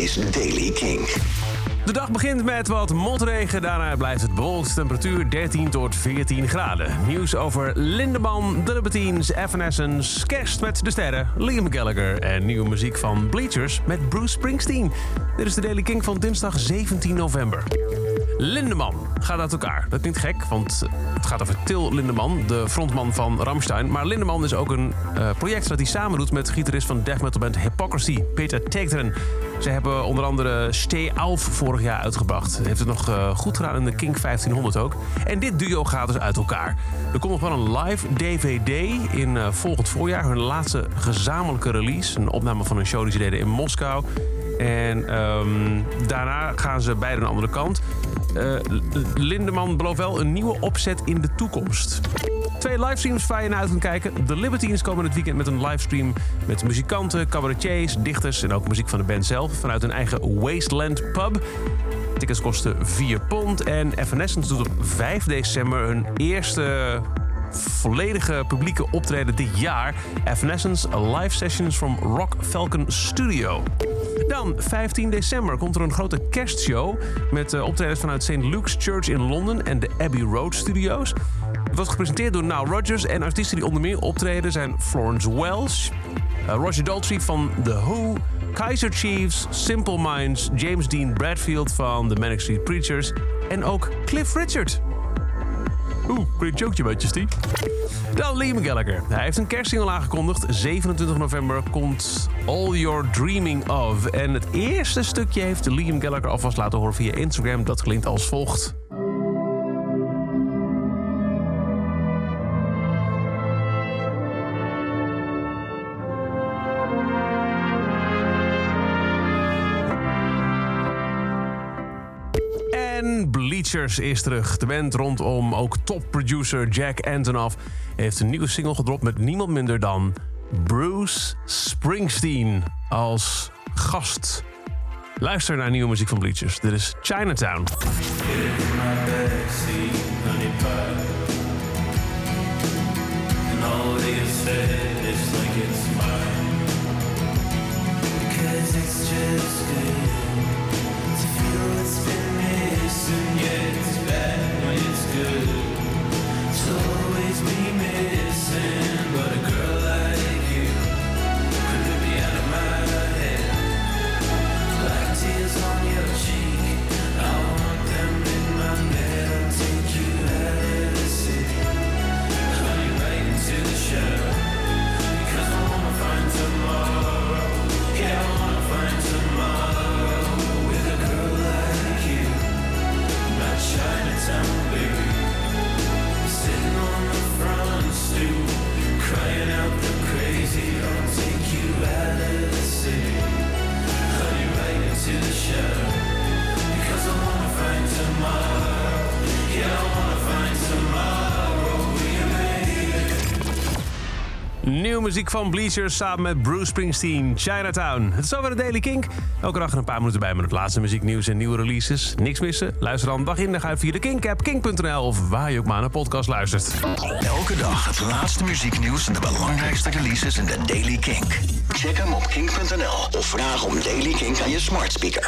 is Daily Kink. De dag begint met wat motregen, daarna blijft het bewolkt. Temperatuur 13 tot 14 graden. Nieuws over Lindemann, The Libertines, Evanescence, kerst met de sterren, Liam Gallagher en nieuwe muziek van Bleachers met Bruce Springsteen. Dit is de Daily Kink van dinsdag 17 november. Lindemann gaat uit elkaar. Dat klinkt gek, want het gaat over Till Lindemann, de frontman van Rammstein. Maar Lindemann is ook een project dat hij samen doet met gitarist van death metal band Hypocrisy, Peter Tegteren. Ze hebben onder andere Steh Auf vorig jaar uitgebracht. Heeft het nog goed gedaan in de Kink 1500 ook. En dit duo gaat dus uit elkaar. Er komt nog wel een live DVD in volgend voorjaar. Hun laatste gezamenlijke release. Een opname van een show die ze deden in Moskou. En daarna gaan ze beide een andere kant. Lindemann belooft wel een nieuwe opzet in de toekomst. 2 livestreams waar je naar uit kunt kijken. De Libertines komen dit weekend met een livestream met muzikanten, cabaretiers, dichters en ook muziek van de band zelf vanuit hun eigen Wasteland pub. Tickets kosten £4 en Evanescence doet op 5 december hun eerste volledige publieke optreden dit jaar. Evanescence Live Sessions from Rock Falcon Studio. Dan, 15 december, komt er een grote kerstshow met optredens vanuit St. Luke's Church in Londen en de Abbey Road Studios. Het wordt gepresenteerd door Nile Rodgers en artiesten die onder meer optreden zijn Florence Welch, Roger Daltrey van The Who, Kaiser Chiefs, Simple Minds, James Dean Bradfield van The Manic Street Preachers en ook Cliff Richard. Great joke, Majesty. Dan Liam Gallagher. Hij heeft een kerstsingle aangekondigd. 27 november komt All You're Dreaming Of. En het eerste stukje heeft Liam Gallagher alvast laten horen via Instagram. Dat klinkt als volgt. Bleachers is terug. De band rondom ook topproducer Jack Antonoff heeft een nieuwe single gedropt met niemand minder dan Bruce Springsteen als gast. Luister naar nieuwe muziek van Bleachers. Dit is Chinatown. Nieuwe muziek van Bleachers samen met Bruce Springsteen, Chinatown. Het is over de Daily Kink. Elke dag een paar minuten bij met het laatste muzieknieuws en nieuwe releases. Niks missen? Luister dan dag in dag uit via de Kink-app, kink.nl of waar je ook maar naar een podcast luistert. Elke dag het laatste muzieknieuws en de belangrijkste releases in de Daily Kink. Check hem op kink.nl of vraag om Daily Kink aan je smart speaker.